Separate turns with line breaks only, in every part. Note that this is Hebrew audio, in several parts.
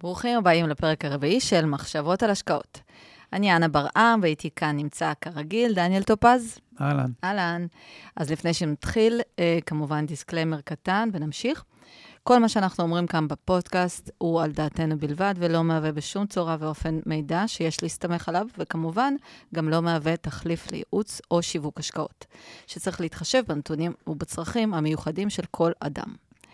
ברוכים הבאים לפרק הרביעי של מחשבות על השקעות. אני אנה ברעם, ואיתי כאן נמצא כרגיל דניאל טופז.
אהלן.
אהלן. אז לפני שנתחיל, כמובן דיסקליימר קטן ונמשיך. כל מה שאנחנו אומרים כאן בפודקאסט הוא על דעתנו בלבד, ולא מהווה בשום צורה ואופן מידע שיש להסתמך עליו, וכמובן גם לא מהווה תחליף לייעוץ או שיווק השקעות, שצריך להתחשב בנתונים ובצרכים המיוחדים של כל אדם.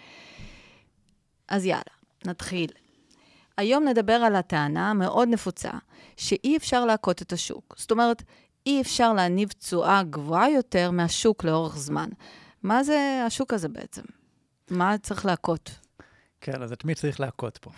אז יאללה, נתחיל. היום נדבר על הטענה המאוד נפוצה, שאי אפשר להכות את השוק. זאת אומרת, אי אפשר להניב תשואה גבוהה יותר מהשוק לאורך זמן. מה זה השוק הזה בעצם? מה צריך להכות?
כן, אז את מי צריך להכות פה?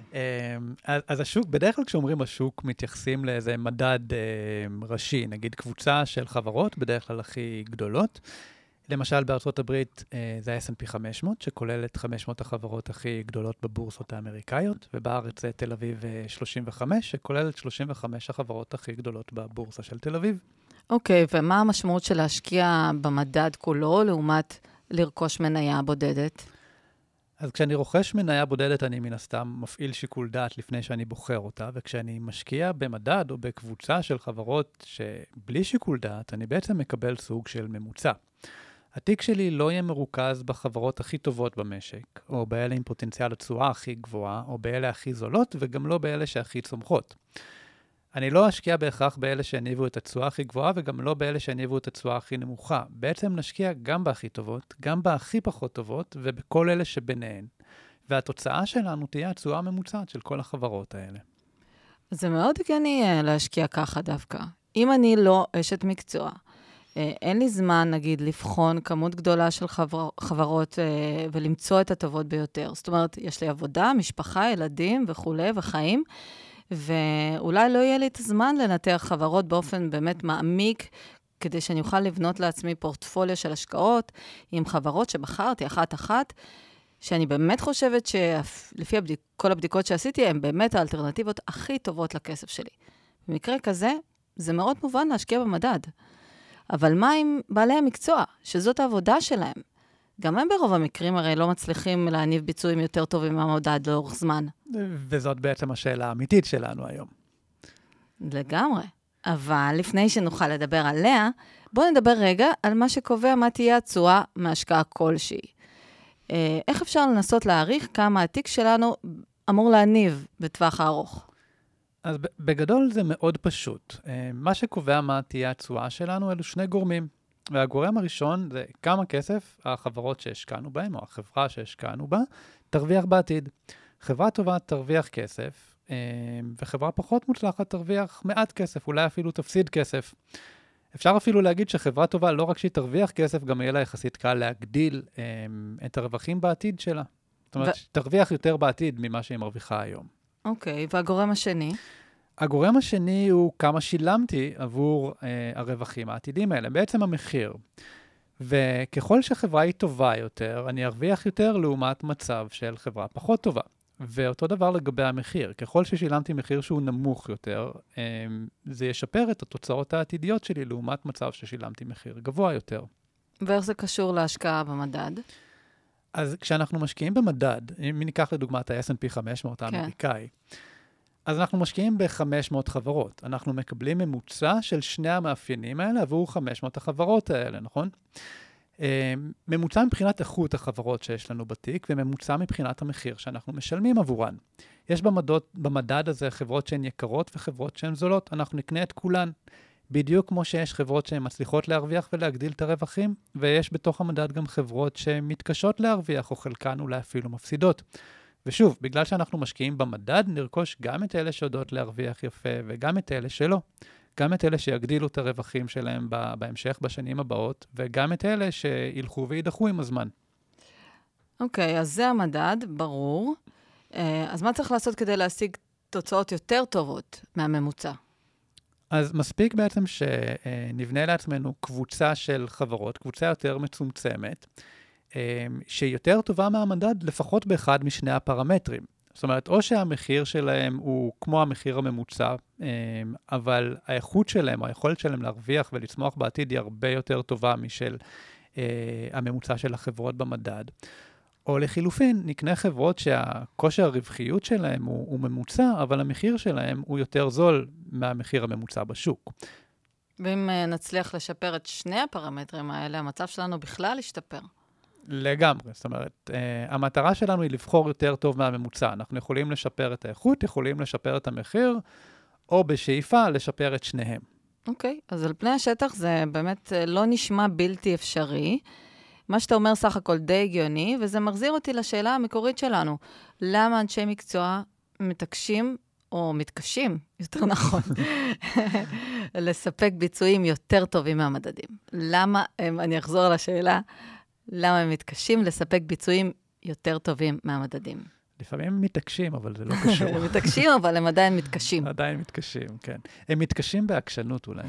אז השוק, בדרך כלל כשאומרים השוק, מתייחסים לאיזה מדד ראשי, נגיד קבוצה של חברות, בדרך כלל הכי גדולות. למשל, בארצות הברית זה ה-S&P 500, שכולל את 500 החברות הכי גדולות בבורסות האמריקאיות, ובארץ זה תל אביב 35, שכולל את 35 החברות הכי גדולות בבורסה של תל אביב.
אוקיי, ומה המשמעות של להשקיע במדד כולו, לעומת לרכוש מניה בודדת?
אז כשאני רוכש מניה בודדת, אני מן הסתם מפעיל שיקול דעת לפני שאני בוחר אותה, וכשאני משקיע במדד או בקבוצה של חברות שבלי שיקול דעת, אני בעצם מקבל סוג של ממוצע. התיק שלי לא יהיה מרוכז בחברות הכי טובות במשק, או באלה עם פוטנציאל התשואה הכי גבוהה, או באלה הכי זולות, וגם לא באלה שהכי צומחות. אני לא אשקיע בהכרח באלה שהניבו את התשואה הכי גבוהה, וגם לא באלה שהניבו את התשואה הכי נמוכה. בעצם נשקיע גם בהכי טובות, גם בהכי פחות טובות, ובכל אלה שביניהן. והתוצאה שלנו תהיה התשואה הממוצעת של כל החברות האלה.
זה מאוד הגיוני להשקיע ככה דווקא. אם אני לא אשת מקצוע, אין לי זמן, נגיד, לבחון כמות גדולה של חברות ולמצוא את הטובות ביותר. זאת אומרת, יש לי עבודה, משפחה, ילדים וכו' וחיים, ואולי לא יהיה לי את הזמן לנתח חברות באופן באמת מעמיק, כדי שאני אוכל לבנות לעצמי פורטפוליו של השקעות עם חברות שבחרתי אחת-אחת, שאני באמת חושבת שלפי כל הבדיקות שעשיתי, הן באמת האלטרנטיבות הכי טובות לכסף שלי. במקרה כזה, זה מאוד מובן להשקיע במדד. אבל מה עם בעלי המקצוע, שזאת העבודה שלהם? גם הם ברוב המקרים הרי לא מצליחים להניב ביצועים יותר טובים מהמדד לאורך זמן.
וזאת בעצם השאלה האמיתית שלנו היום.
לגמרי. אבל לפני שנוכל לדבר עליה, בואו נדבר רגע על מה שקובע מה תהיה התשואה מהשקעה כלשהי. איך אפשר לנסות להעריך כמה התיק שלנו אמור להניב בטווח הארוך?
אז בגדול זה מאוד פשוט. מה שקובע מה תהיה התשואה שלנו אלו שני גורמים. והגורם הראשון זה כמה כסף החברות שהשקענו בהן, או החברה שהשקענו בה, תרוויח בעתיד. חברה טובה תרוויח כסף, וחברה פחות מוצלחת תרוויח מעט כסף, אולי אפילו תפסיד כסף. אפשר אפילו להגיד שחברה טובה לא רק שהיא תרוויח כסף, גם יהיה לה יחסית קל להגדיל את הרווחים בעתיד שלה. זאת אומרת, תרוויח יותר בעתיד ממה שהיא מרוויחה היום.
אוקיי, והגורם השני?
הגורם השני הוא כמה שילמתי עבור הרווחים העתידים האלה, בעצם המחיר. וככל שחברה היא טובה יותר, אני ארוויח יותר לעומת מצב של חברה פחות טובה. ואותו דבר לגבי המחיר. ככל ששילמתי מחיר שהוא נמוך יותר, זה ישפר את התוצאות העתידיות שלי לעומת מצב ששילמתי מחיר גבוה יותר.
ואיך זה קשור להשקעה במדד?
אז כשאנחנו משקיעים במדד, אם ניקח לדוגמה את ה-S&P 500 האמריקאי, אז אנחנו משקיעים ב-500 חברות. אנחנו מקבלים ממוצע של שני המאפיינים האלה עבור 500 החברות האלה, נכון? ממוצע מבחינת איכות החברות שיש לנו בתיק, וממוצע מבחינת המחיר שאנחנו משלמים עבורן. יש במדד הזה חברות שהן יקרות וחברות שהן זולות. אנחנו נקנה את כולן. בדיוק כמו שיש חברות שהן מצליחות להרוויח ולהגדיל את הרווחים, ויש בתוך המדד גם חברות שהן מתקשות להרוויח, או חלקן אולי אפילו מפסידות. ושוב, בגלל שאנחנו משקיעים במדד, נרכוש גם את אלה שיודעות להרוויח יפה, וגם את אלה שלא. גם את אלה שיגדילו את הרווחים שלהם בהמשך, בשנים הבאות, וגם את אלה שילכו וידחו עם הזמן.
אוקיי, אז זה המדד, ברור. אז מה צריך לעשות כדי להשיג תוצאות יותר טובות מהממוצע?
אז מספיק בעצם שנבנה לעצמנו קבוצה של חברות, קבוצה יותר מצומצמת, שהיא יותר טובה מהמדד, לפחות באחד משני הפרמטרים. זאת אומרת, או שהמחיר שלהם הוא כמו המחיר הממוצע, אבל האיכות שלהם, או היכולת שלהם להרוויח ולצמוח בעתיד היא הרבה יותר טובה משל הממוצע של החברות במדד. או לחילופין, נקנה חברות שהכושר הרווחיות שלהם הוא ממוצע, אבל המחיר שלהם הוא יותר זול מהמחיר הממוצע בשוק.
ואם נצליח לשפר את שני הפרמטרים האלה, המצב שלנו בכלל ישתפר.
לגמרי, זאת אומרת, המטרה שלנו היא לבחור יותר טוב מהממוצע. אנחנו יכולים לשפר את האיכות, יכולים לשפר את המחיר, או בשאיפה לשפר את שניהם.
אוקיי, אז על פני השטח זה באמת לא נשמע בלתי אפשרי. מה שאתה אומר סך הכל די הגיוני, וזה מחזיר אותי לשאלה המקורית שלנו. למה אנשי מקצוע מתעקשים, או מתקשים, יותר נכון, לספק ביצועים יותר טובים מהמדדים? למה, אני אחזור על השאלה, למה הם מתקשים לספק ביצועים יותר טובים מהמדדים?
לפעמים הם מתעקשים, אבל זה לא קשור.
הם מתעקשים, אבל הם עדיין מתקשים.
עדיין מתקשים, כן. הם מתקשים בעקשנות אולי.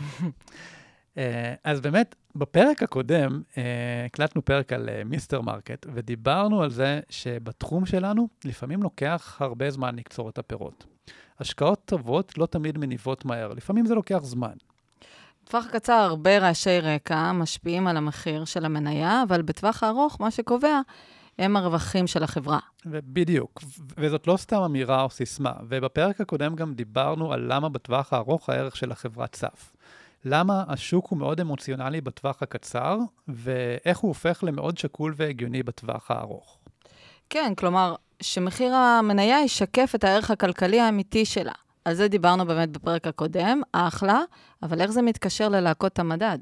אז באמת, בפרק הקודם, הקלטנו פרק על מיסטר מרקט, ודיברנו על זה שבתחום שלנו לפעמים לוקח הרבה זמן לקצור את הפירות. השקעות טובות לא תמיד מניבות מהר, לפעמים זה לוקח זמן.
בטווח הקצר הרבה רעשי רקע משפיעים על המחיר של המניה, אבל בטווח הארוך מה שקובע הם הרווחים של החברה.
בדיוק, וזאת לא סתם אמירה או סיסמה, ובפרק הקודם גם דיברנו על למה בטווח הארוך הערך של החברה צף. למה השוק הוא מאוד אמוציונלי בטווח הקצר, ואיך הוא הופך למאוד שקול והגיוני בטווח הארוך.
כן, כלומר, שמחיר המניה ישקף את הערך הכלכלי האמיתי שלה. על זה דיברנו באמת בפרק הקודם, אחלה, אבל איך זה מתקשר ללהקות המדד?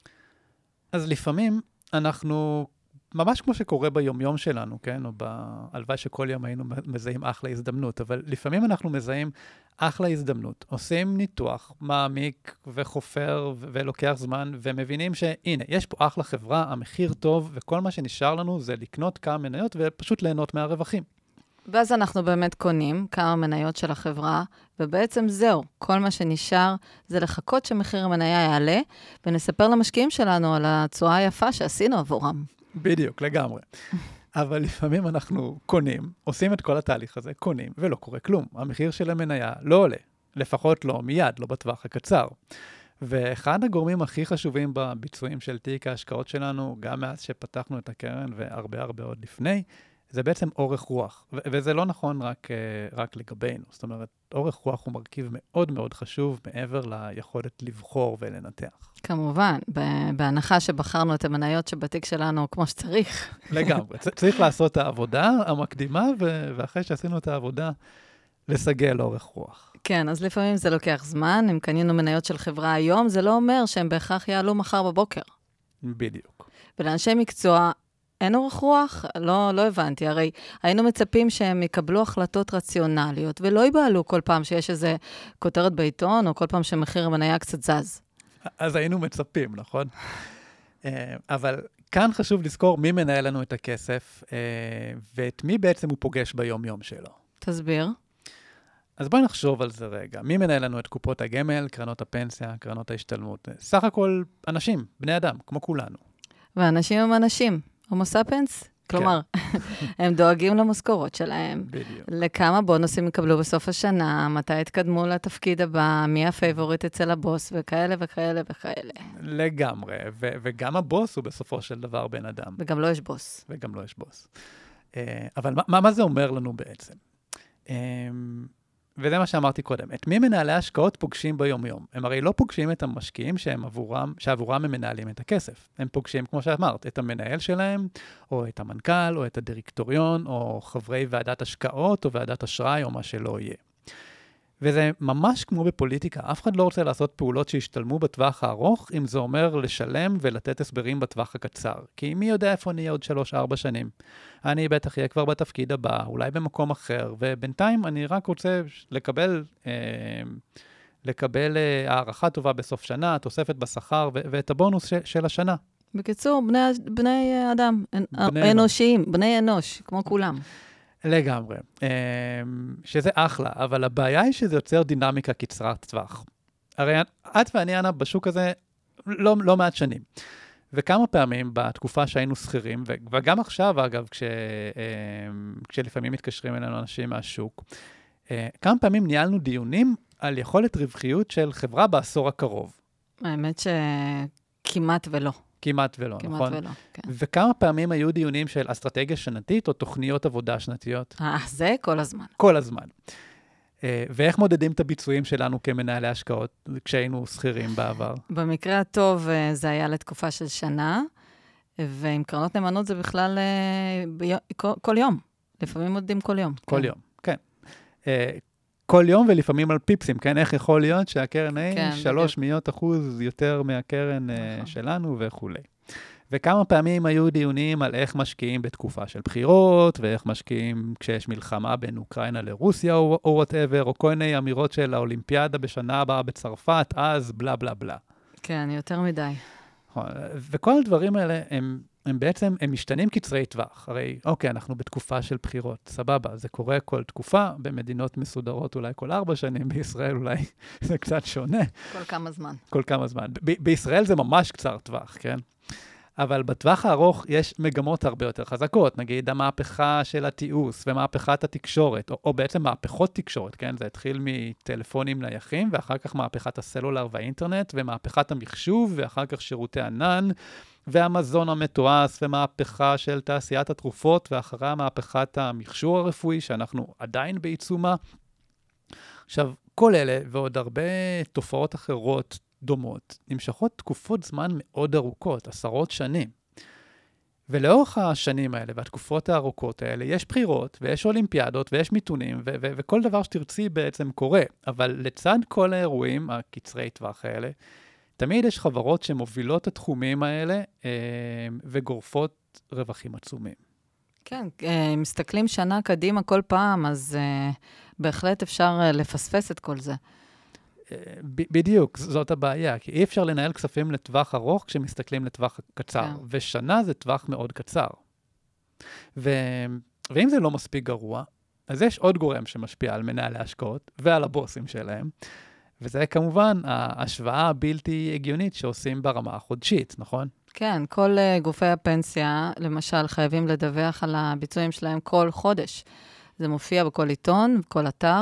אז לפעמים אנחנו, ממש כמו שקורה ביומיום שלנו, כן? או בהלוואי שכל יום היינו מזהים אחלה הזדמנות, אבל לפעמים אנחנו מזהים אחלה הזדמנות, עושים ניתוח מעמיק וחופר ולוקח זמן, ומבינים שהנה, יש פה אחלה חברה, המחיר טוב, וכל מה שנשאר לנו זה לקנות כמה מניות ופשוט ליהנות מהרווחים.
ואז אנחנו באמת קונים כמה מניות של החברה, ובעצם זהו, כל מה שנשאר זה לחכות שמחיר המניה יעלה, ונספר למשקיעים שלנו על התשואה היפה שעשינו עבורם.
בדיוק, לגמרי. אבל לפעמים אנחנו קונים, עושים את כל התהליך הזה, קונים, ולא קורה כלום. המחיר של המניה לא עולה, לפחות לא מיד, לא בטווח הקצר. ואחד הגורמים הכי חשובים בביצועים של תיק ההשקעות שלנו, גם מאז שפתחנו את הקרן והרבה עוד לפני, זה בעצם אורך רוח. וזה לא נכון רק לגבינו. זאת אומרת, אורך רוח הוא מרכיב מאוד מאוד חשוב מעבר ליכולת לבחור ולנתח.
כמובן, בהנחה שבחרנו את המניות שבתיק שלנו כמו שצריך.
לגמרי. צריך לעשות את העבודה המקדימה, ואחרי שעשינו את העבודה, לסגל אורך רוח.
כן, אז לפעמים זה לוקח זמן. אם קנינו מניות של חברה היום, זה לא אומר שהם בהכרח יעלו מחר בבוקר.
בדיוק.
ולאנשי מקצוע, אין אורך רוח? לא הבנתי. הרי היינו מצפים שהם יקבלו החלטות רציונליות, ולא ייבעלו כל פעם שיש איזה כותרת בעיתון, או כל פעם שמחיר המניה קצת זז.
אז היינו מצפים, נכון? אבל כאן חשוב לזכור מי מנהל לנו את הכסף, ואת מי בעצם הוא פוגש ביום-יום שלו.
תסביר.
אז בואי נחשוב על זה רגע. מי מנהל לנו את קופות הגמל, קרנות הפנסיה, קרנות ההשתלמות? סך הכל אנשים, בני אדם, כמו כולנו.
ואנשים הם אנשים. הומו סאפנס? כלומר, הם דואגים למשכורות שלהם.
בדיוק.
לכמה בונוסים יקבלו בסוף השנה, מתי יתקדמו לתפקיד הבא, מי הפייבוריט אצל הבוס, וכאלה וכאלה וכאלה.
לגמרי, וגם הבוס הוא בסופו של דבר בן אדם.
וגם לא יש בוס.
וגם לא יש בוס. אבל מה זה אומר לנו בעצם? וזה מה שאמרתי קודם. את מי מנהלי ההשקעות פוגשים ביום-יום? הם הרי לא פוגשים את המשקיעים שעבורם הם מנהלים את הכסף. הם פוגשים, כמו שאמרת, את המנהל שלהם, או את המנכ"ל, או את הדירקטוריון, או חברי ועדת השקעות, או ועדת אשראי, או מה שלא יהיה. וזה ממש כמו בפוליטיקה. אף אחד לא רוצה לעשות פעולות שישתלמו בטווח הארוך, אם זה אומר לשלם ולתת הסברים בטווח הקצר. כי מי יודע איפה נהיה עוד 3-4 שנים. אני בטח אהיה כבר בתפקיד הבא, אולי במקום אחר, ובינתיים אני רק רוצה לקבל הערכה טובה בסוף שנה, תוספת בשכר ואת הבונוס של השנה.
בקיצור, בני אדם, אנושיים, בני אנוש, כמו כולם.
לגמרי, שזה אחלה, אבל הבעיה היא שזה יוצר דינמיקה קצרת טווח. הרי את ואני, אנה, בשוק הזה לא מעט שנים. וכמה פעמים בתקופה שהיינו שכירים, וגם עכשיו, אגב, כשלפעמים מתקשרים אלינו אנשים מהשוק, כמה פעמים ניהלנו דיונים על יכולת רווחיות של חברה בעשור הקרוב.
האמת שכמעט ולא.
כמעט ולא,
כמעט
נכון?
ולא, כן.
וכמה פעמים היו דיונים של אסטרטגיה שנתית או תוכניות עבודה שנתיות?
זה כל הזמן.
כל הזמן. ואיך מודדים את הביצועים שלנו כמנהלי השקעות כשהיינו שכירים בעבר?
במקרה הטוב זה היה לתקופה של שנה, ועם קרנות נאמנות זה בכלל כל יום. לפעמים מודדים כל יום.
כל יום, כן. כל יום ולפעמים על פיפסים, כן? איך יכול להיות שהקרן היא 300% יותר מהקרן שלנו וכו'. וכמה פעמים היו דיונים על איך משקיעים בתקופה של בחירות, ואיך משקיעים כשיש מלחמה בין אוקראינה לרוסיה או whatever, או כל מיני אמירות של האולימפיאדה בשנה הבאה בצרפת, אז בלה בלה בלה.
כן, יותר מדי.
וכל הדברים האלה הם בעצם, הם משתנים קצרי טווח. הרי, אוקיי, אנחנו בתקופה של בחירות, סבבה, זה קורה כל תקופה, במדינות מסודרות אולי כל 4 שנים, בישראל אולי זה קצת שונה.
כל כמה זמן.
כל כמה זמן. בישראל זה ממש קצר טווח, כן? אבל בטווח הארוך יש מגמות הרבה יותר חזקות, נגיד המהפכה של התיעוש ומהפכת התקשורת, או בעצם מהפכות תקשורת, כן? זה התחיל מטלפונים נייחים, ואחר כך מהפכת הסלולר והאינטרנט, ומהפכת המחשוב, ואחר כך שירותי ענן, והמזון המתועש, ומהפכה של תעשיית התרופות, ואחריה מהפכת המכשור הרפואי, שאנחנו עדיין בעיצומה. עכשיו, כל אלה ועוד הרבה תופעות אחרות, דומות, נמשכות תקופות זמן מאוד ארוכות, 10 שנים. ולאורך השנים האלה והתקופות הארוכות האלה, יש בחירות ויש אולימפיאדות ויש מיתונים, וכל דבר שתרצי בעצם קורה. אבל לצד כל האירועים הקצרי טווח האלה, תמיד יש חברות שמובילות את התחומים האלה וגורפות רווחים עצומים.
כן, מסתכלים שנה קדימה כל פעם, אז בהחלט אפשר לפספס את כל זה.
בדיוק, זאת הבעיה, כי אי אפשר לנהל כספים לטווח ארוך כשמסתכלים לטווח קצר, ושנה זה טווח מאוד קצר. ואם זה לא מספיק גרוע, אז יש עוד גורם שמשפיע על מנהלי השקעות ועל הבוסים שלהם, וזה כמובן ההשוואה הבלתי הגיונית שעושים ברמה החודשית, נכון?
כן, כל גופי הפנסיה, למשל, חייבים לדווח על הביצועים שלהם כל חודש. זה מופיע בכל עיתון, בכל אתר.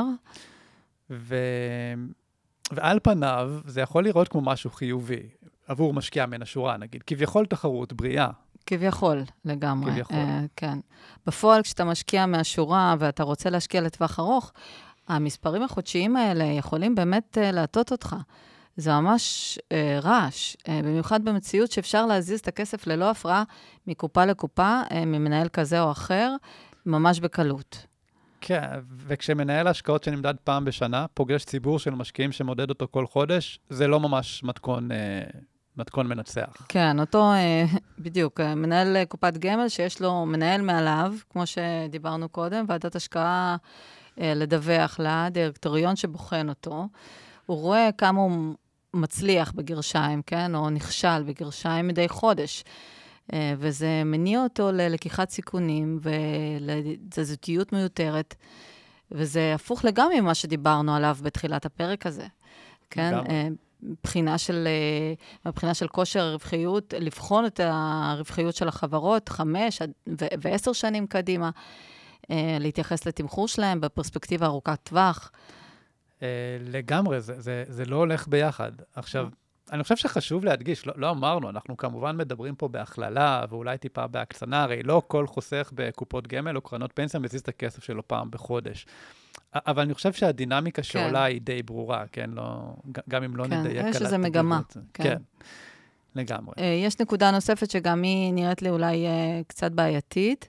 ועל פניו, זה יכול לראות כמו משהו חיובי, עבור משקיע מן השורה, נגיד. כביכול תחרות בריאה.
כביכול, לגמרי.
כביכול.
כן. בפועל, כשאתה משקיע מהשורה ואתה רוצה להשקיע לטווח ארוך, המספרים החודשיים האלה יכולים באמת להטות אותך. זה ממש רעש, במיוחד במציאות שאפשר להזיז את הכסף ללא הפרעה מקופה לקופה, ממנהל כזה או אחר, ממש בקלות.
כן, וכשמנהל ההשקעות שנמדד פעם בשנה, פוגש ציבור של משקיעים שמודד אותו כל חודש, זה לא ממש מתכון מנצח.
כן, אותו, בדיוק, מנהל קופת גמל שיש לו מנהל מעליו, כמו שדיברנו קודם, ועדת השקעה לדווח לה, דירקטוריון שבוחן אותו, הוא רואה כמה הוא מצליח בגרשיים, כן, או נכשל בגרשיים מדי חודש. וזה מניע אותו ללקיחת סיכונים ולתזזיתיות מיותרת, וזה הפוך לגמרי ממה שדיברנו עליו בתחילת הפרק הזה. כן? מבחינה של כושר הרווחיות, לבחון את הרווחיות של החברות 5 ו10 שנים קדימה, להתייחס לתמחור שלהם בפרספקטיבה ארוכת טווח.
לגמרי, זה לא הולך ביחד. עכשיו, אני חושב שחשוב להדגיש, לא אמרנו, אנחנו כמובן מדברים פה בהכללה, ואולי טיפה בהקצנה, הרי לא כל חוסך בקופות גמל או קרנות פנסיה מזיז את הכסף שלו פעם בחודש. אבל אני חושב שהדינמיקה שעולה היא די ברורה, כן? גם אם לא נדייק על
יש איזו מגמה.
כן, לגמרי.
יש נקודה נוספת שגם היא נראית לי אולי קצת בעייתית.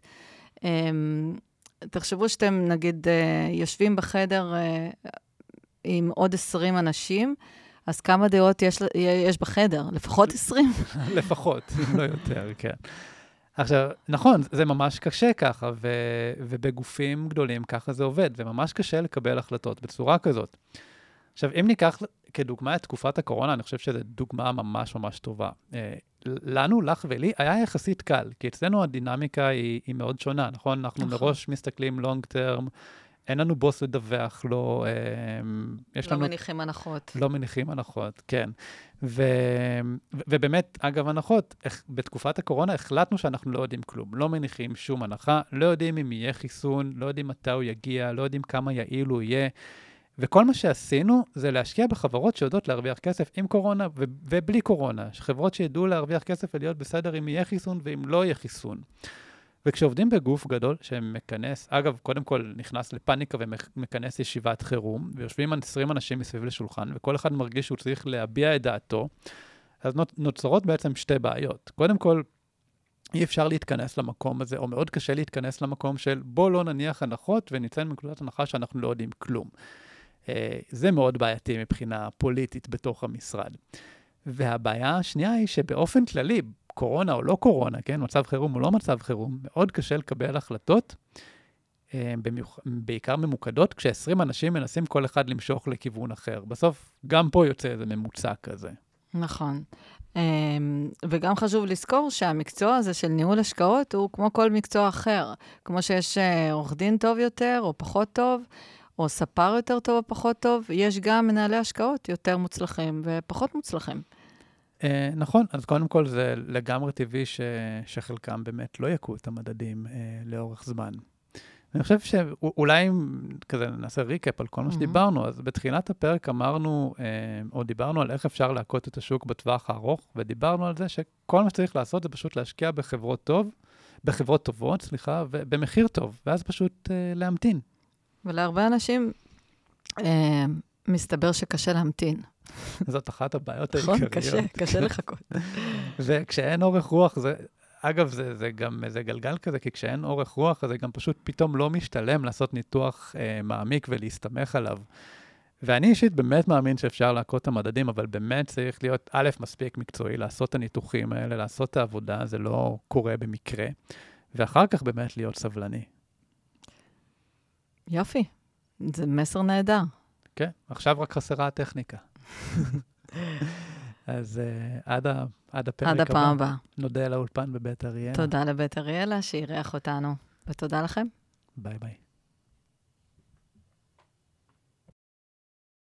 תחשבו שאתם, נגיד, יושבים בחדר עם עוד 20 אנשים, אז כמה דעות יש בחדר? לפחות 20?
לפחות, אם לא יותר, כן. עכשיו, נכון, זה ממש קשה ככה, ובגופים גדולים ככה זה עובד, וממש קשה לקבל החלטות בצורה כזאת. עכשיו, אם ניקח כדוגמה את תקופת הקורונה, אני חושב שזו דוגמה ממש ממש טובה. לנו, לך ולי, היה יחסית קל, כי אצלנו הדינמיקה היא מאוד שונה, נכון? אנחנו מראש מסתכלים long term, אין לנו בוס לדווח, לא
מניחים הנחות.
לא מניחים הנחות, כן. ובאמת, אגב הנחות, בתקופת הקורונה החלטנו שאנחנו לא יודעים כלום, לא מניחים שום הנחה, לא יודעים אם יהיה חיסון, לא יודעים מתי הוא יגיע, לא יודעים כמה יעיל הוא יהיה, וכל מה שעשינו זה להשקיע בחברות שיודעות להרוויח כסף עם קורונה ובלי קורונה. חברות שידעו להרוויח כסף ולהיות בסדר אם יהיה חיסון ואם לא יהיה חיסון. וכשעובדים בגוף גדול שמכנס, אגב, קודם כל נכנס לפאניקה ומכנס ישיבת חירום, ויושבים 20 אנשים מסביב לשולחן, וכל אחד מרגיש שהוא צריך להביע את דעתו, אז נוצרות בעצם שתי בעיות. קודם כל, אי אפשר להתכנס למקום הזה, או מאוד קשה להתכנס למקום של בוא לא נניח הנחות וניתן מנקודת הנחה שאנחנו לא יודעים כלום. זה מאוד בעייתי מבחינה פוליטית בתוך המשרד. והבעיה השנייה היא שבאופן כללי, קורונה או לא קורונה, כן? מצב חירום או לא מצב חירום, מאוד קשה לקבל החלטות, בעיקר ממוקדות, כש20 אנשים מנסים כל אחד למשוך לכיוון אחר. בסוף, גם פה יוצא איזה ממוצע כזה.
נכון. וגם חשוב לזכור שהמקצוע הזה של ניהול השקעות הוא כמו כל מקצוע אחר. כמו שיש עורך דין טוב יותר או פחות טוב, או ספר יותר טוב או פחות טוב, יש גם מנהלי השקעות יותר מוצלחים ופחות מוצלחים.
נכון, אז קודם כל זה לגמרי טבעי שחלקם באמת לא יקו את המדדים לאורך זמן. אני חושב שאולי אם כזה נעשה ריקאפ על כל מה שדיברנו, אז בתחילת הפרק אמרנו, או דיברנו על איך אפשר להכות את השוק בטווח הארוך, ודיברנו על זה שכל מה שצריך לעשות זה פשוט להשקיע בחברות טובות, ובמחיר טוב, ואז פשוט להמתין.
ולהרבה אנשים מסתבר שקשה להמתין.
זאת אחת הבעיות העיקריות.
נכון, קשה לחכות.
וכשאין אורך רוח, אגב, זה גם איזה גלגל כזה, כי כשאין אורך רוח, אז זה גם פשוט פתאום לא משתלם לעשות ניתוח מעמיק ולהסתמך עליו. ואני אישית באמת מאמין שאפשר להכות את המדדים, אבל באמת צריך להיות מספיק מקצועי, לעשות את הניתוחים האלה, לעשות את העבודה, זה לא קורה במקרה, ואחר כך באמת להיות סבלני.
יופי, זה מסר נהדר.
כן, עכשיו רק חסרה הטכניקה. אז עד הפרק הבא.
עד הפעם הבאה.
נודה לאולפן בבית אריאלה.
תודה לבית אריאלה שאירח אותנו, ותודה לכם.
ביי ביי.